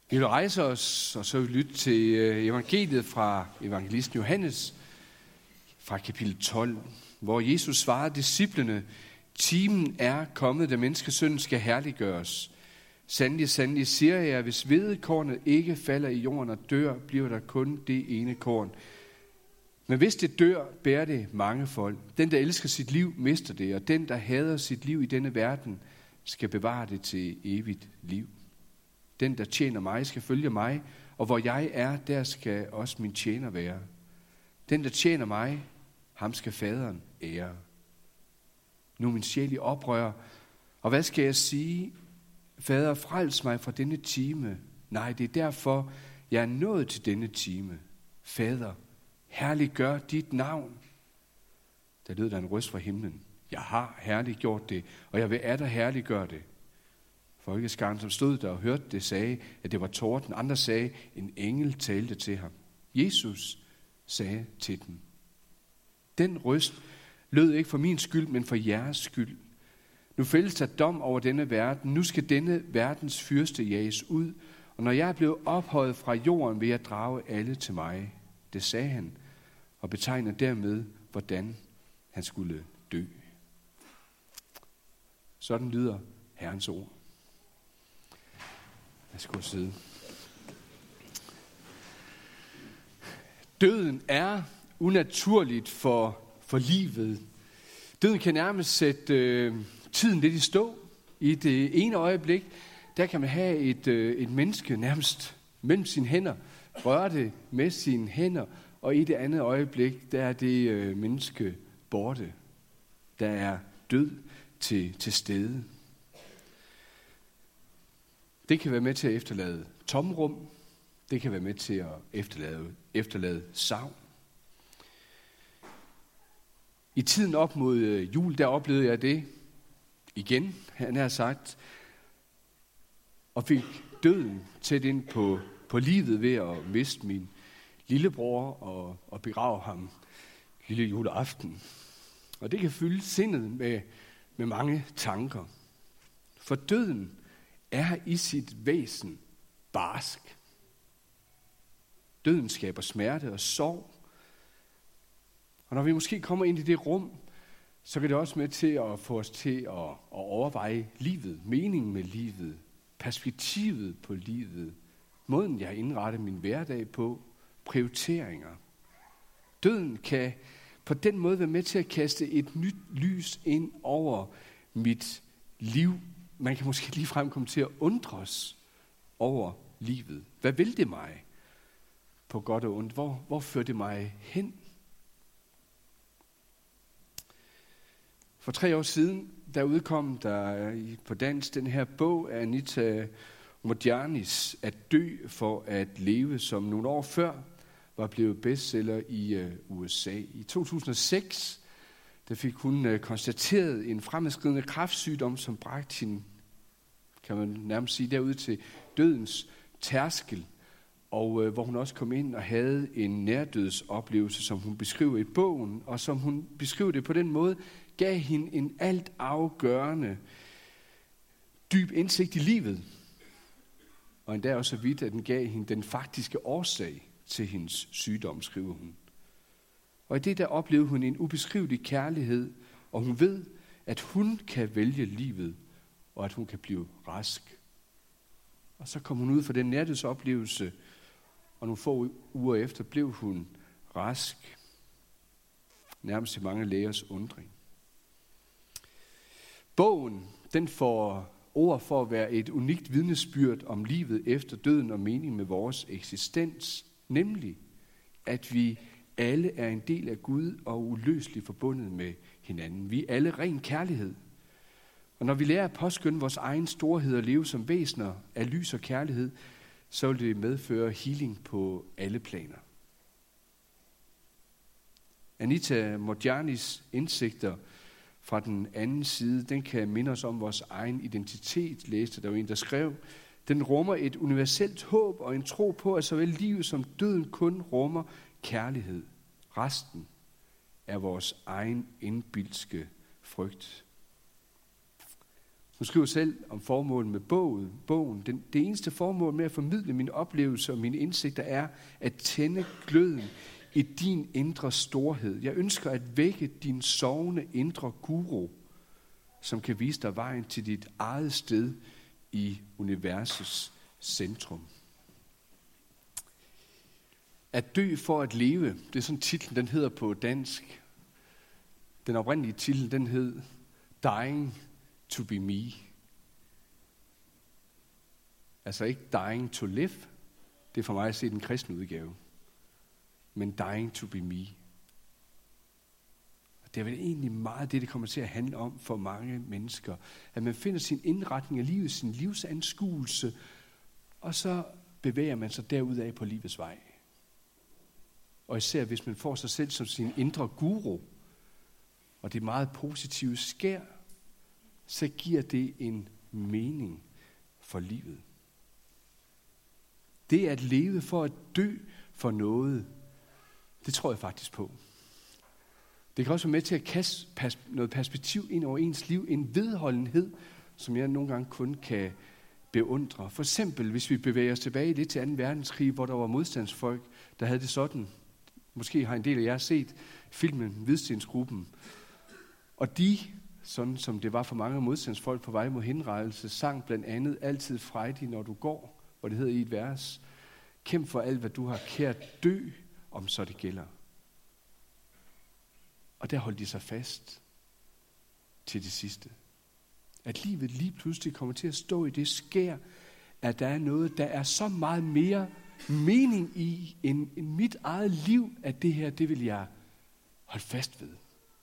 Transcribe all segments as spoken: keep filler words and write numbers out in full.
Vi vil rejse os, og så vil vi lytte til evangeliet fra evangelisten Johannes, fra kapitel tolv, hvor Jesus svarede disciplene: timen er kommet, da menneskesønnen skal herliggøres. Sandelig, sandelig siger jeg, hvis hvedekornet ikke falder i jorden og dør, bliver der kun det ene korn. Men hvis det dør, bærer det mange folk. Den, der elsker sit liv, mister det, og den, der hader sit liv i denne verden, skal bevare det til evigt liv. Den, der tjener mig, skal følge mig, og hvor jeg er, der skal også min tjener være. Den, der tjener mig, ham skal faderen ære. Nu er min sjæl i oprør, og hvad skal jeg sige? Fader, frels mig fra denne time. Nej, det er derfor, jeg er nået til denne time. Fader, herliggør dit navn. Der lød der en røst fra himlen. Jeg har herliggjort det, og jeg vil atter herliggøre det. Folkeskaren, som stod der og hørte det, sagde, at det var torden. Andre sagde, en engel talte til ham. Jesus sagde til dem: den røst lød ikke for min skyld, men for jeres skyld. Nu fældes der dom over denne verden. Nu skal denne verdens fyrste jages ud, og når jeg er blevet ophøjet fra jorden, vil jeg drage alle til mig. Det sagde han, og betegner dermed, hvordan han skulle dø. Sådan lyder Herrens ord. Lad os gå og sidde. Døden er unaturligt for, for livet. Døden kan nærmest sætte øh, tiden lidt i stå. I det ene øjeblik, der kan man have et, øh, et menneske nærmest mellem sine hænder, røre det med sine hænder, og i det andet øjeblik, der er det øh, menneske borte. Der er død til, til stede. Det kan være med til at efterlade tomrum. Det kan være med til at efterlade, efterlade savn. I tiden op mod jul, der oplevede jeg det igen, han har sagt, og fik døden tæt ind på, på livet ved at miste min lillebror og, og begrave ham lille juleaften. Og det kan fylde sindet med, med mange tanker. For døden er i sit væsen barsk. Døden skaber smerte og sorg. Og når vi måske kommer ind i det rum, så kan det også med til at få os til at, at overveje livet, meningen med livet, perspektivet på livet, måden jeg har indrettet min hverdag på, prioriteringer. Døden kan på den måde være med til at kaste et nyt lys ind over mit liv. Man kan måske ligefrem komme til at undres over livet. Hvad vil det mig på godt og ondt? Hvor, hvor fører det mig hen? For tre år siden, der udkom der på dansk den her bog af Anita Moorjani's At dø for at leve, som nogle år før var blevet bestseller i U S A. I to tusind og seks, der fik hun konstateret en fremadskridende kræftsygdom, som bragte hende, kan man nærmest sige, derud til dødens tærskel, og øh, hvor hun også kom ind og havde en nærdødsoplevelse, som hun beskriver i bogen, og som hun beskriver det på den måde, gav hende en alt afgørende dyb indsigt i livet. Og endda også så vidt, at den gav hende den faktiske årsag til hendes sygdom, skriver hun. Og i det der oplevede hun en ubeskrivelig kærlighed, og hun ved, at hun kan vælge livet, og at hun kan blive rask. Og så kom hun ud fra den nærdødsoplevelse, og nogle få uger efter blev hun rask. Nærmest i mange lægers undring. Bogen, den får ord for at være et unikt vidnesbyrd om livet efter døden og meningen med vores eksistens, nemlig at vi alle er en del af Gud og uløseligt forbundet med hinanden. Vi er alle ren kærlighed. Og når vi lærer at påskynde vores egen storhed og leve som væsener af lys og kærlighed, så vil det medføre healing på alle planer. Anita Moorjani's indsigter fra den anden side, den kan minde os om vores egen identitet, læste der jo en, der skrev. Den rummer et universelt håb og en tro på, at såvel livet som døden kun rummer kærlighed. Resten er vores egen indbildske frygt. Hun skriver selv om formålet med bogen. bogen. Den, det eneste formål med at formidle mine oplevelser og mine indsigter er at tænde gløden i din indre storhed. Jeg ønsker at vække din sovende indre guru, som kan vise dig vejen til dit eget sted i universets centrum. At dø for at leve, det er sådan titlen, den hedder på dansk. Den oprindelige titel, den hed Dying to be me. Altså ikke dying to live, det er for mig at se den kristne udgave, men dying to be me. Det er vel egentlig meget det, det kommer til at handle om for mange mennesker. At man finder sin indretning af livet, sin livsanskuelse, og så bevæger man sig derudaf på livets vej. Og især hvis man får sig selv som sin indre guru, og det meget positive sker, så giver det en mening for livet. Det at leve for at dø for noget, det tror jeg faktisk på. Det kan også være med til at kaste pers- noget perspektiv ind over ens liv, en vedholdenhed, som jeg nogle gange kun kan beundre. For eksempel, hvis vi bevæger os tilbage lidt til anden verdenskrig, hvor der var modstandsfolk, der havde det sådan. Måske har en del af jer set filmen Hvidstensgruppen. Og de, sådan som det var for mange modstandsfolk på vej mod henrettelse, sang blandt andet altid frejdig, når du går, hvor det hedder i et vers, kæmp for alt, hvad du har kært, dø, om så det gælder. Og der holdt de sig fast til det sidste. At livet lige pludselig kommer til at stå i det skær, at der er noget, der er så meget mere mening i end, end mit eget liv, at det her, det vil jeg holde fast ved.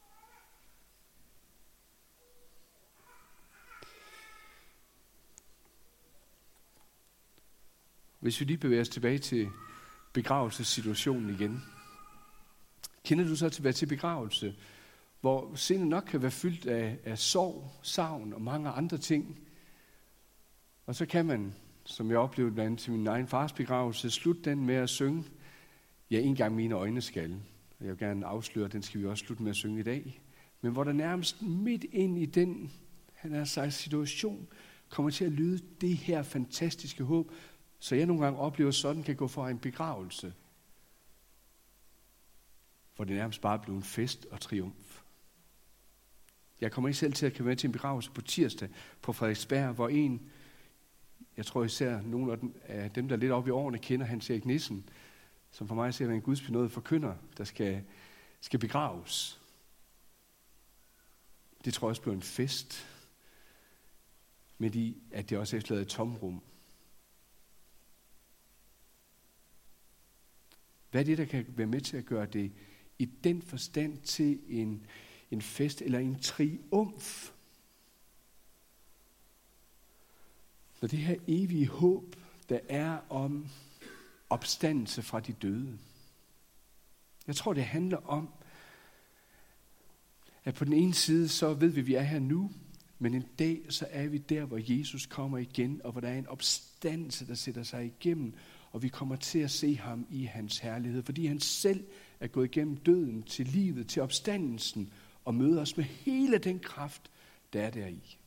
Hvis vi lige bevæger os tilbage til begravelsessituationen igen. Kender du så til at være til begravelse, hvor sindet nok kan være fyldt af, af sorg, savn og mange andre ting. Og så kan man, som jeg oplevede blandt andet til min egen fars begravelse, slutte den med at synge, ja, en gang mine øjne skal. Og jeg vil gerne afsløre, den skal vi også slutte med at synge i dag. Men hvor der nærmest midt ind i den, han har sagt, situation, kommer til at lyde det her fantastiske håb, så jeg nogle gange oplever, sådan kan gå for en begravelse, hvor det nærmest bare blev en fest og triumf. Jeg kommer ikke selv til at komme med til en begravelse på tirsdag på Frederiksberg, hvor en, jeg tror især nogle af dem, af dem der er lidt oppe i årene, kender Hans Erik Nissen, som for mig ser en gudsbenådet forkynder, der skal, skal begraves. Det tror jeg også blev en fest, med i, at det også efterlader et tomrum. Hvad er det, der kan være med til at gøre det i den forstand til en, en fest eller en triumf? Når det her evige håb, der er om opstandelse fra de døde. Jeg tror, det handler om, at på den ene side, så ved vi, at vi er her nu, men en dag, så er vi der, hvor Jesus kommer igen, og hvor der er en opstandelse, der sætter sig igennem, og vi kommer til at se ham i hans herlighed, fordi han selv er gået igennem døden til livet, til opstandelsen, og møder os med hele den kraft, der er deri.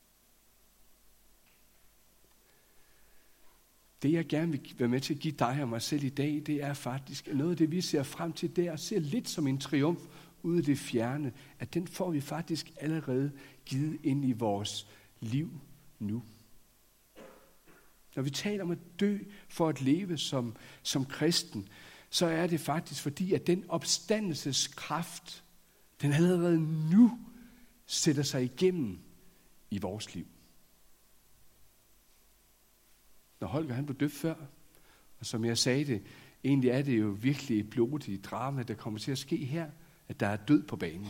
Det, jeg gerne vil være med til at give dig og mig selv i dag, det er faktisk noget af det, vi ser frem til der, og ser lidt som en triumf ude i det fjerne, at den får vi faktisk allerede givet ind i vores liv nu. Når vi taler om at dø for at leve som, som kristen, så er det faktisk fordi, at den opstandelseskraft, den allerede nu sætter sig igennem i vores liv. Når Holger han blev døbt før, og som jeg sagde det, egentlig er det jo virkelig et blodigt drama, der kommer til at ske her, at der er død på banen.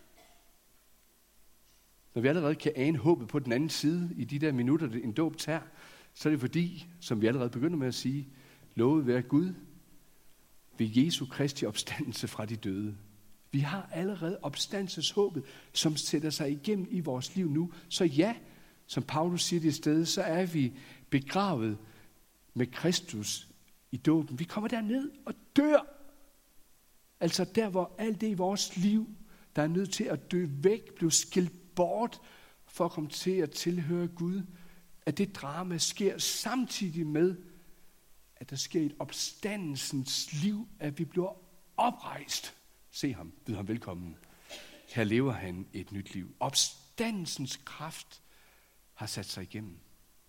Når vi allerede kan ane håbet på den anden side i de der minutter, en dåb tager, så er det fordi, som vi allerede begynder med at sige, lovet være Gud ved Jesu Kristi opstandelse fra de døde. Vi har allerede opstandelseshåbet, som sætter sig igennem i vores liv nu. Så ja, som Paulus siger det sted, så er vi begravet med Kristus i dåben. Vi kommer derned og dør. Altså der, hvor alt det i vores liv, der er nødt til at dø væk, blev skilt bort for at komme til at tilhøre Gud, at det drama sker samtidig med, at der sker et opstandelsens liv, at vi bliver oprejst. Se ham, byd ham velkommen. Her lever han et nyt liv. Opstandelsens kraft har sat sig igennem.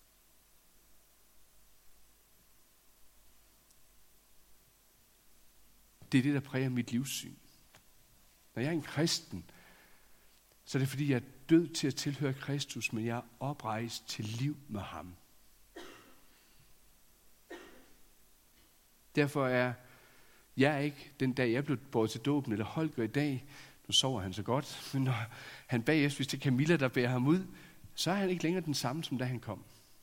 Det er det, der præger mit livssyn. Når jeg er en kristen, så er det fordi, jeg er død til at tilhøre Kristus, men jeg er oprejst til liv med ham. Derfor er jeg ikke den dag, jeg blev båret til dåben, eller Holger i dag, nu sover han så godt, men når han bagefter, hvis det er Camilla, der bærer ham ud, så er han ikke længere den samme, som da han kom.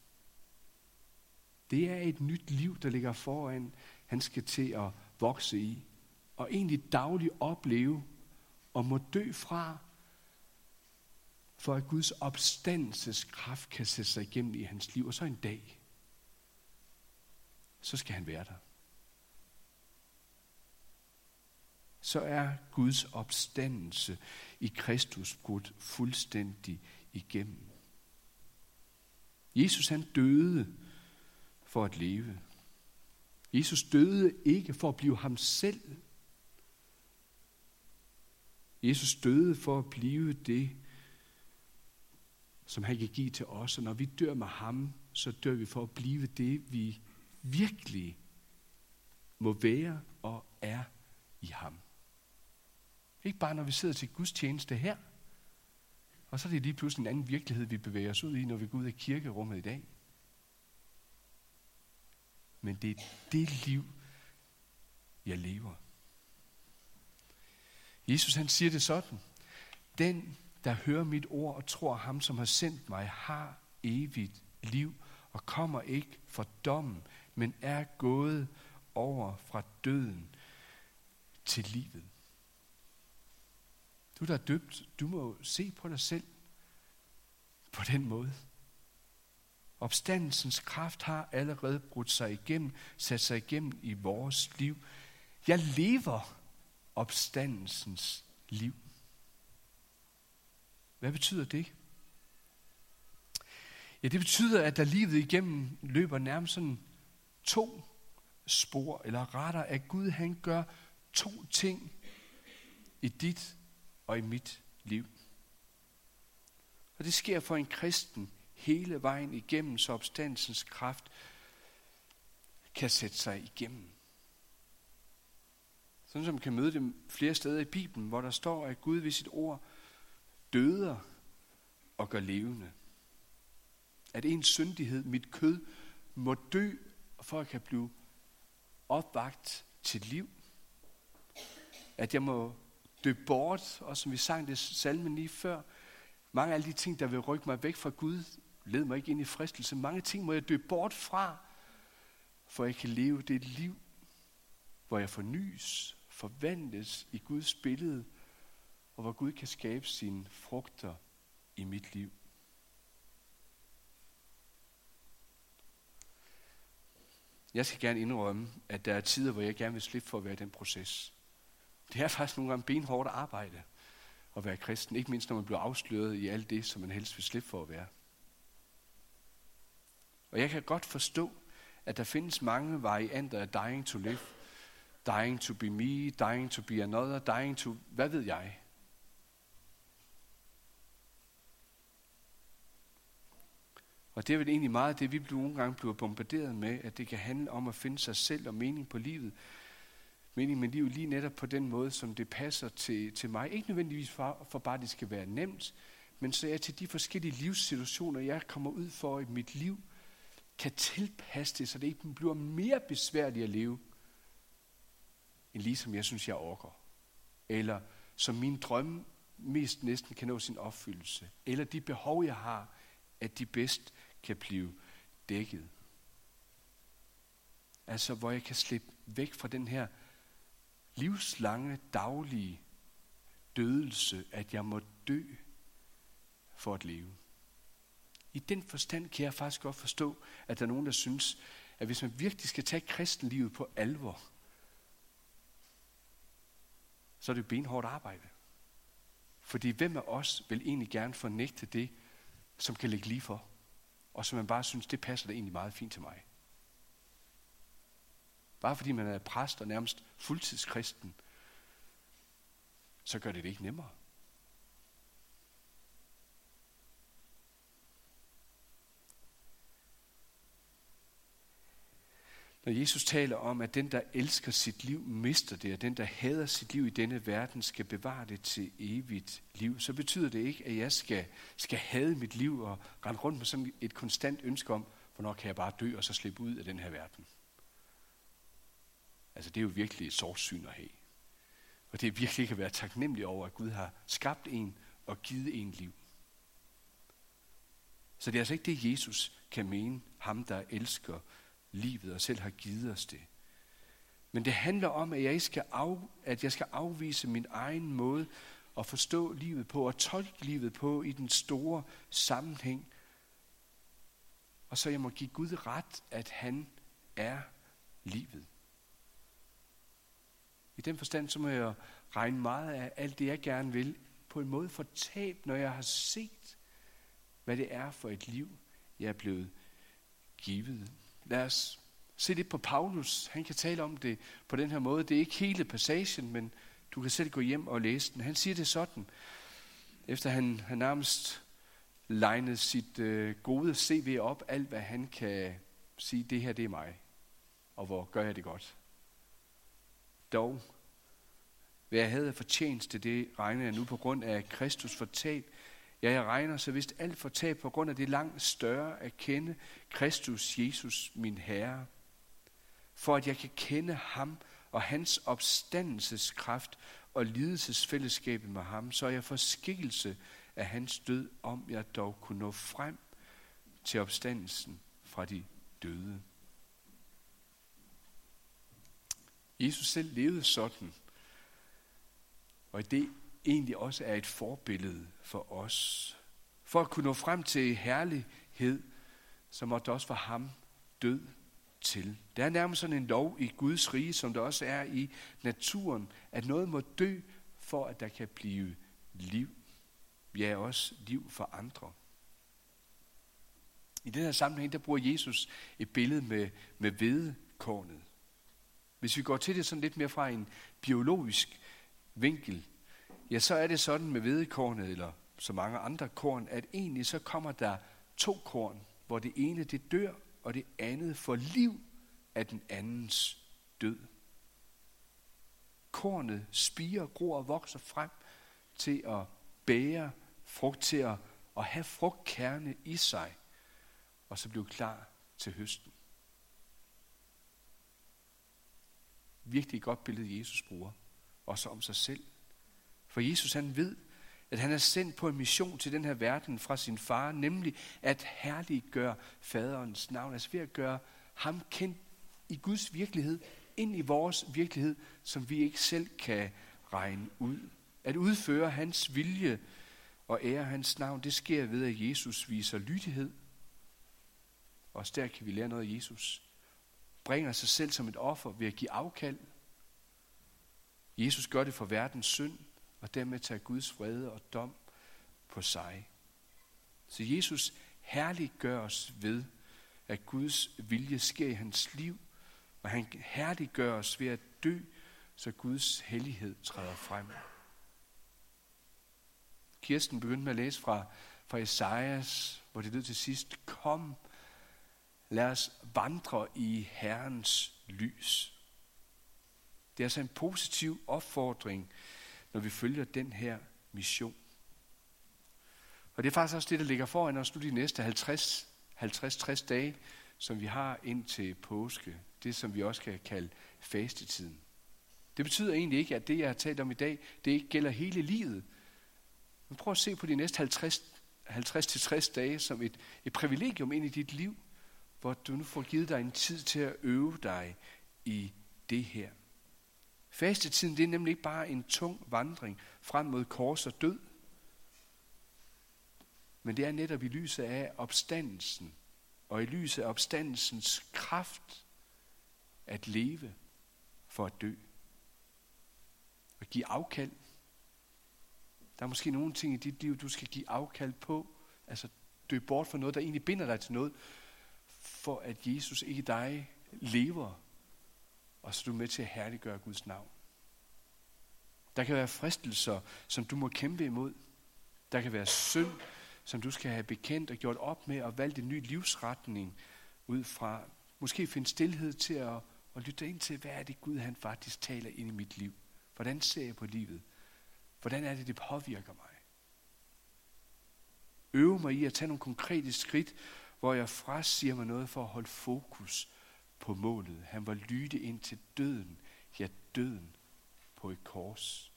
Det er et nyt liv, der ligger foran, han skal til at vokse i, og egentlig dagligt opleve, og må dø fra, for at Guds opstandelseskraft kan sætte sig igennem i hans liv. Og så en dag, så skal han være der. Så er Guds opstandelse i Kristus brudt fuldstændig igennem. Jesus han døde for at leve. Jesus døde ikke for at blive ham selv. Jesus døde for at blive det, som han kan give til os. Og når vi dør med ham, så dør vi for at blive det, vi virkelig må være og er i ham. Ikke bare når vi sidder til gudstjeneste her, og så er det lige pludselig en anden virkelighed, vi bevæger os ud i, når vi går ud af kirkerummet i dag. Men det er det liv, jeg lever. Jesus han siger det sådan: den, der hører mit ord og tror ham, som har sendt mig, har evigt liv og kommer ikke for dommen, men er gået over fra døden til livet. Du, der er døbt, du må se på dig selv på den måde. Opstandelsens kraft har allerede brudt sig igennem, sat sig igennem i vores liv. Jeg lever opstandelsens liv. Hvad betyder det? Ja, det betyder, at der livet igennem løber nærmest sådan to spor, eller rettere, at Gud han gør to ting i dit og i mit liv. Og det sker for en kristen hele vejen igennem, så opstandelsens kraft kan sætte sig igennem. Sådan som man kan møde dem flere steder i Bibelen, hvor der står, at Gud ved sit ord døder og gør levende. At ens syndighed, mit kød, må dø, for at jeg kan blive opvakt til liv. At jeg må dø bort, og som vi sang det salmen lige før, mange af alle de ting, der vil rykke mig væk fra Gud, led mig ikke ind i fristelse. Mange ting må jeg dø bort fra, for jeg kan leve det liv, hvor jeg fornyes, forvandles i Guds billede, og hvor Gud kan skabe sine frugter i mit liv. Jeg skal gerne indrømme, at der er tider, hvor jeg gerne vil slippe for at være i den proces. Det er faktisk nogle gange benhårdt arbejde at være kristen, ikke mindst når man bliver afsløret i alt det, som man helst vil slippe for at være. Og jeg kan godt forstå, at der findes mange varianter af dying to live, dying to be me, dying to be another, dying to, hvad ved jeg. Og det er vel egentlig meget det, vi nogle gange bliver bombarderet med, at det kan handle om at finde sig selv og mening på livet. Mening med livet lige netop på den måde, som det passer til, til mig. Ikke nødvendigvis for, for bare, at det skal være nemt, men så jeg til de forskellige livssituationer, jeg kommer ud for i mit liv, kan tilpasse det, så det ikke bliver mere besværligt at leve, end ligesom jeg synes, jeg orker. Eller som min drømme mest næsten kan nå sin opfyldelse. Eller de behov, jeg har, at de bedst kan blive dækket. Altså, hvor jeg kan slippe væk fra den her livslange, daglige dødelse, at jeg må dø for at leve. I den forstand kan jeg faktisk godt forstå, at der er nogen, der synes, at hvis man virkelig skal tage kristenlivet på alvor, så er det benhårdt arbejde. Fordi hvem af os vil egentlig gerne fornægte det, som kan ligge lige for, og som man bare synes, det passer da egentlig meget fint til mig. Bare fordi man er præst og nærmest fuldtidskristen, så gør det det ikke nemmere. Når Jesus taler om, at den, der elsker sit liv, mister det, og den, der hader sit liv i denne verden, skal bevare det til evigt liv, så betyder det ikke, at jeg skal, skal hade mit liv og rende rundt med sådan et konstant ønske om, hvornår kan jeg bare dø og så slippe ud af den her verden. Altså det er jo virkelig et sorgsyn at have. Og det er virkelig ikke at være taknemmelig over, at Gud har skabt en og givet en liv. Så det er altså ikke det, Jesus kan mene, ham der elsker livet og selv har givet os det. Men det handler om, at jeg skal, af, at jeg skal afvise min egen måde at forstå livet på og tolke livet på i den store sammenhæng. Og så jeg må give Gud ret, at han er livet. I den forstand, så må jeg regne meget af alt det, jeg gerne vil, på en måde fortabt, når jeg har set, hvad det er for et liv, jeg er blevet givet. Lad os se lidt på Paulus. Han kan tale om det på den her måde. Det er ikke hele passagen, men du kan selv gå hjem og læse den. Han siger det sådan, efter han, han nærmest legnet sit øh, gode C V op, alt hvad han kan sige, det her det er mig, og hvor gør jeg det godt. Dog, hvad jeg havde fortjent til det, regner jeg nu på grund af Kristus fortab. Ja, jeg regner så vist alt fortab på grund af det langt større at kende Kristus Jesus, min Herre. For at jeg kan kende ham og hans opstandelseskraft og lidelsesfællesskabet med ham, så er jeg for skikkelse af hans død, om jeg dog kunne nå frem til opstandelsen fra de døde. Jesus selv levede sådan, og det egentlig også er et forbillede for os. For at kunne nå frem til herlighed, så måtte også for ham død til. Det er nærmest sådan en lov i Guds rige, som der også er i naturen, at noget må dø, for at der kan blive liv. Ja, også liv for andre. I den her sammenhæng, der bruger Jesus et billede med, med hvedekornet. Hvis vi går til det sådan lidt mere fra en biologisk vinkel, ja, så er det sådan med hvedekornet, eller så mange andre korn, at egentlig så kommer der to korn, hvor det ene det dør, og det andet får liv af den andens død. Kornet spirer, gror og vokser frem til at bære frugt, til at, at have frugtkerne i sig, og så blive klar til høsten. Virkelig godt billede Jesus bruger, også om sig selv. For Jesus han ved, at han er sendt på en mission til den her verden fra sin far, nemlig at herliggøre faderens navn, altså ved at gøre ham kendt i Guds virkelighed, ind i vores virkelighed, som vi ikke selv kan regne ud. At udføre hans vilje og ære hans navn, det sker ved, at Jesus viser lydighed. Også der kan vi lære noget af Jesus. Bringer sig selv som et offer ved at give afkald. Jesus gør det for verdens synd, og dermed tager Guds vrede og dom på sig. Så Jesus herliggør os ved, at Guds vilje sker i hans liv, og han herliggør os ved at dø, så Guds hellighed træder frem. Kirsten begyndte med at læse fra, fra Esajas, hvor det lød til sidst, kom, lad os vandre i Herrens lys. Det er altså en positiv opfordring, når vi følger den her mission. Og det er faktisk også det, der ligger foran os nu de næste halvtreds til tres dage, som vi har ind til påske. Det, som vi også kan kalde fastetiden. Det betyder egentlig ikke, at det, jeg har talt om i dag, det ikke gælder hele livet. Men prøv at se på de næste halvtreds til tres dage som et, et privilegium ind i dit liv, hvor du nu får givet dig en tid til at øve dig i det her. Fastetiden, det er nemlig ikke bare en tung vandring frem mod kors og død, men det er netop i lyset af opstandelsen, og i lyset af opstandelsens kraft at leve for at dø. Og give afkald. Der er måske nogle ting i dit liv, du skal give afkald på, altså dø bort fra noget, der egentlig binder dig til noget, for at Jesus ikke dig lever, og så er du med til at herliggøre Guds navn. Der kan være fristelser, som du må kæmpe imod. Der kan være synd, som du skal have bekendt og gjort op med, og valgt en ny livsretning ud fra. Måske finde stilhed til at, at lytte ind til, hvad er det Gud, han faktisk taler ind i mit liv. Hvordan ser jeg på livet? Hvordan er det, det påvirker mig? Øve mig i at tage nogle konkrete skridt, hvor jeg frasiger mig noget for at holde fokus på målet. Han var lydig ind til døden, ja døden på et kors.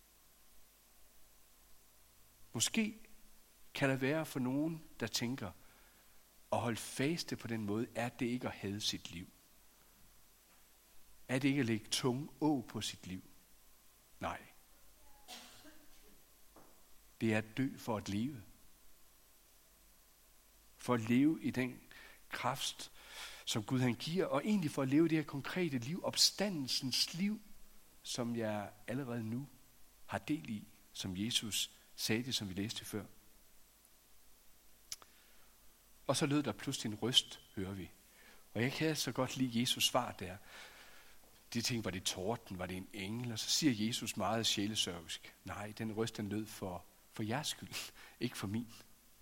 Måske kan der være for nogen, der tænker, at holde faste på den måde, er det ikke at hade sit liv? Er det ikke at lægge tunge å på sit liv? Nej. Det er at dø for at leve. For at leve i den kraft, som Gud han giver, og egentlig for at leve det her konkrete liv, opstandelsens liv, som jeg allerede nu har del i, som Jesus sagde det, som vi læste før. Og så lød der pludselig en røst, hører vi. Og jeg kan så godt lide Jesus svar der. De tænkte, var det torden, var det en engel? Og så siger Jesus meget sjælesørgsk, nej, den røst den lød for, for jeres skyld, ikke for min.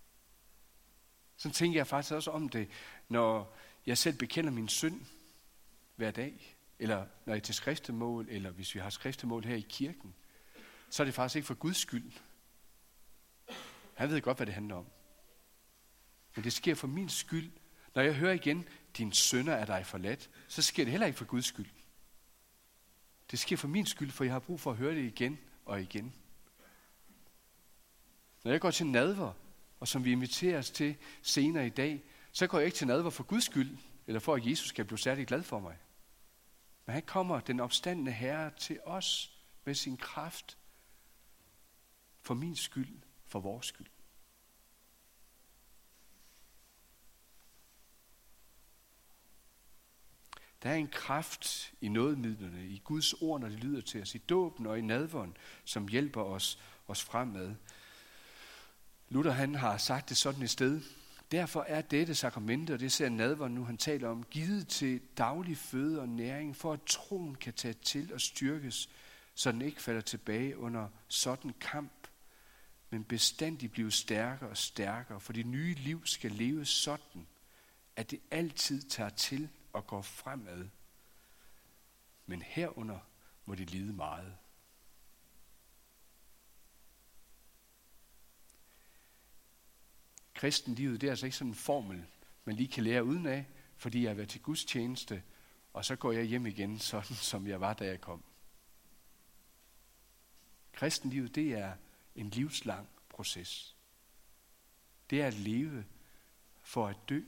Så tænker jeg faktisk også om det, når jeg selv bekender min synd hver dag, eller når jeg er til skriftemål, eller hvis vi har skriftemål her i kirken, så er det faktisk ikke for Guds skyld. Han ved godt, hvad det handler om. Men det sker for min skyld. Når jeg hører igen, din synder er dig forladt, så sker det heller ikke for Guds skyld. Det sker for min skyld, for jeg har brug for at høre det igen og igen. Når jeg går til nadver, og som vi inviterer os til senere i dag, så går jeg ikke til nadver for Guds skyld, eller for at Jesus skal blive særlig glad for mig. Men han kommer, den opstandne Herre, til os med sin kraft, for min skyld, for vores skyld. Der er en kraft i nådemidlerne, i Guds ord, når det lyder til os, i dåben og i nadveren, som hjælper os, os fremad. Luther han har sagt det sådan et sted. Derfor er dette sakramente, og det ser nadveren nu, han taler om, givet til daglig føde og næring, for at troen kan tage til og styrkes, så den ikke falder tilbage under sådan kamp, men bestandigt blive stærkere og stærkere, for det nye liv skal leves sådan, at det altid tager til og går fremad. Men herunder må det lide meget. Kristenlivet, det er altså ikke sådan en formel, man lige kan lære udenad, fordi jeg har været til Guds tjeneste, og så går jeg hjem igen, sådan som jeg var, da jeg kom. Kristenlivet, det er en livslang proces. Det er at leve for at dø,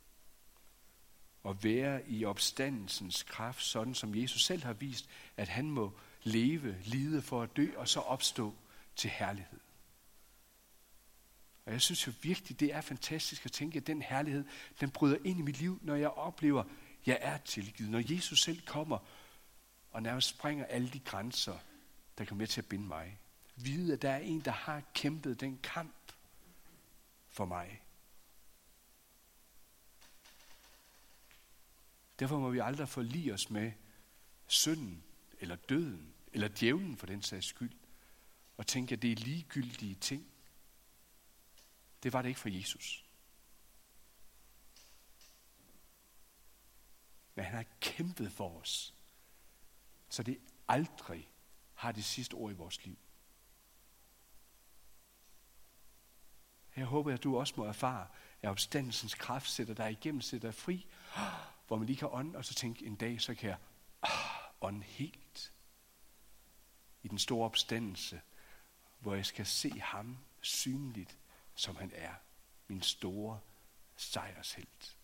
og være i opstandelsens kraft, sådan som Jesus selv har vist, at han må leve, lide for at dø, og så opstå til herlighed. Og jeg synes jo virkelig, det er fantastisk at tænke, at den herlighed, den bryder ind i mit liv, når jeg oplever, at jeg er tilgivet. Når Jesus selv kommer og nærmest springer alle de grænser, der kommer med til at binde mig. Vide, at der er en, der har kæmpet den kamp for mig. Derfor må vi aldrig forlige os med synden, eller døden, eller djævlen for den sags skyld, og tænke, at det er ligegyldige ting. Det var det ikke for Jesus. Men han har kæmpet for os, så det aldrig har det sidste ord i vores liv. Jeg håber, at du også må erfare, at opstandelsens kraft sætter dig igennem, sætter dig fri, hvor man lige kan ånde, og så tænke, en dag, så kan jeg ånde helt i den store opstandelse, hvor jeg skal se ham synligt, som han er, min store sejrshelt.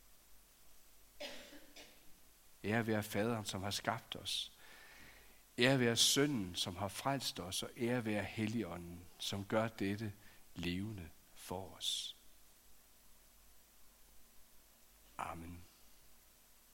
Ære være faderen, som har skabt os. Ære være sønnen, som har frelst os, og ære være Helligånden, som gør dette levende for os. Amen.